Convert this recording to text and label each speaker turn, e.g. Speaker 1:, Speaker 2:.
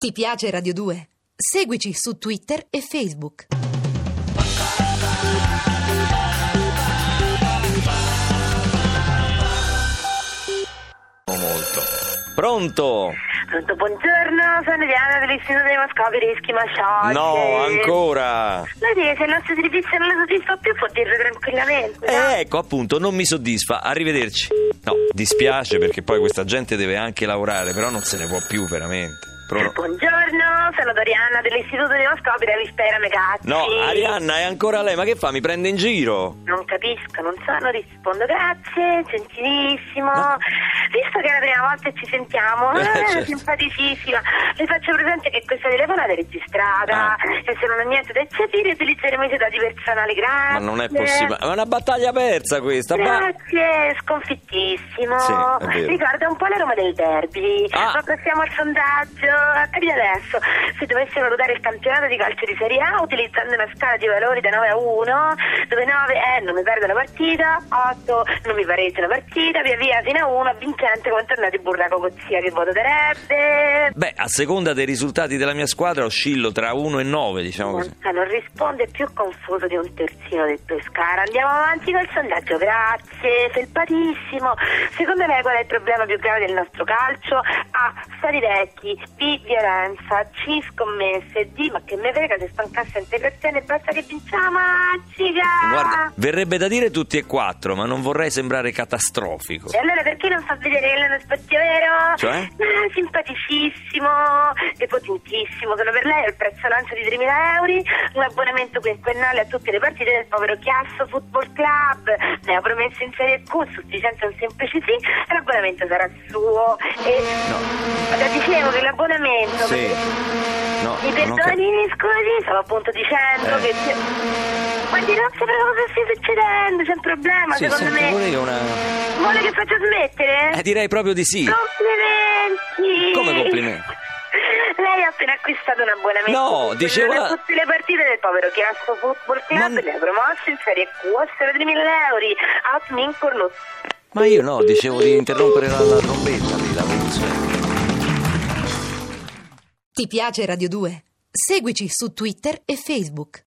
Speaker 1: Ti piace Radio 2? Seguici su Twitter e Facebook.
Speaker 2: Molto. Pronto?
Speaker 3: Pronto, buongiorno, sono Diana dell'Istituto dei Moscovi Rischi Masciati.
Speaker 2: No, ancora.
Speaker 3: Vedi, se il nostro servizio non la soddisfa più può dirlo tranquillamente, no?
Speaker 2: Ecco, appunto, non mi soddisfa. Arrivederci. No, dispiace perché poi questa gente deve anche lavorare, però non se ne può più veramente.
Speaker 3: Buongiorno, sono Doriana dell'Istituto dei Moscovi Revistera Megazzi.
Speaker 2: No, Arianna, è ancora lei, ma che fa? Mi prende in giro?
Speaker 3: Non capisco, non so, non rispondo. Grazie, gentilissimo.
Speaker 2: No.
Speaker 3: Visto che è la prima volta che ci sentiamo,
Speaker 2: Certo.
Speaker 3: Simpaticissima, le faccio presente che questa telefonata è registrata e se non ho niente da eccepire utilizzeremo i suoi dati personali. Grazie.
Speaker 2: Ma non è possibile. Ma è una battaglia persa questa.
Speaker 3: Grazie, sconfittissimo.
Speaker 2: Sì, è vero.
Speaker 3: Ricorda un po' la Roma del derby. Ma passiamo al sondaggio. Capite adesso, se dovessi valutare il campionato di calcio di Serie A utilizzando una scala di valori da 9 a 1, dove 9 è non mi perdo la partita, 8 non mi pareggio la partita, via via fino a 1, vincente come tornati burraco cozzia, che voto darebbe?
Speaker 2: Beh, a seconda dei risultati della mia squadra oscillo tra 1 e 9, diciamo così.
Speaker 3: Non risponde, più confuso di un terzino del Pescara. Andiamo avanti col sondaggio, grazie, felpatissimo. Secondo lei qual è il problema più grave del nostro calcio? A. Stadi vecchi, B. Violenza, C. Scommesse, D. Ma che me frega se sto in cassa integrazione, basta che vinciamo, magica!
Speaker 2: Guarda, verrebbe da dire tutti e quattro, ma non vorrei sembrare catastrofico.
Speaker 3: E allora perché non fa vedere che l'anno spazio vero?
Speaker 2: Cioè?
Speaker 3: Simpaticissimo e potentissimo. Solo per lei è il prezzo lancio di 3.000 euro, un abbonamento quinquennale a tutte le partite del povero Chiasso Football Club. Ne ha promesso in Serie Q, sufficienza un semplice sì, e l'abbonamento sarà suo. E ma dicevo che l'abbonamento...
Speaker 2: Sì. No,
Speaker 3: Mi perdoni, scusi, stavo appunto dicendo che... Guardi, non sapevo cosa stia succedendo, c'è un problema,
Speaker 2: Sì,
Speaker 3: secondo
Speaker 2: senti,
Speaker 3: me.
Speaker 2: pure io
Speaker 3: Vuole che faccia smettere?
Speaker 2: direi proprio di sì.
Speaker 3: Complimenti!
Speaker 2: Come complimenti?
Speaker 3: Lei ha appena acquistato un abbonamento
Speaker 2: No, dicevo
Speaker 3: a tutte le partite del povero Chiasso Football Club, le ha promosso in Serie Q a 3.000 euro. Outmin Cornut.
Speaker 2: Ma io no, dicevo di interrompere la trombetta lì, la produzione.
Speaker 1: Ti piace Radio 2? Seguici su Twitter e Facebook.